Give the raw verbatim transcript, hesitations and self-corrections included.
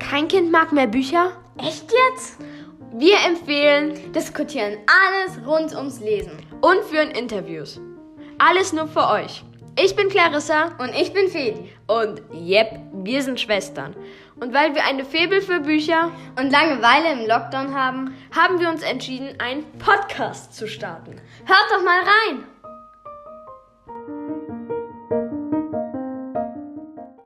Kein Kind mag mehr Bücher? Echt jetzt? Wir empfehlen, diskutieren alles rund ums Lesen. Und führen Interviews. Alles nur für euch. Ich bin Clarissa. Und ich bin Fedi. Und yep, wir sind Schwestern. Und weil wir eine Faible für Bücher und Langeweile im Lockdown haben, haben wir uns entschieden, einen Podcast zu starten. Hört doch mal rein!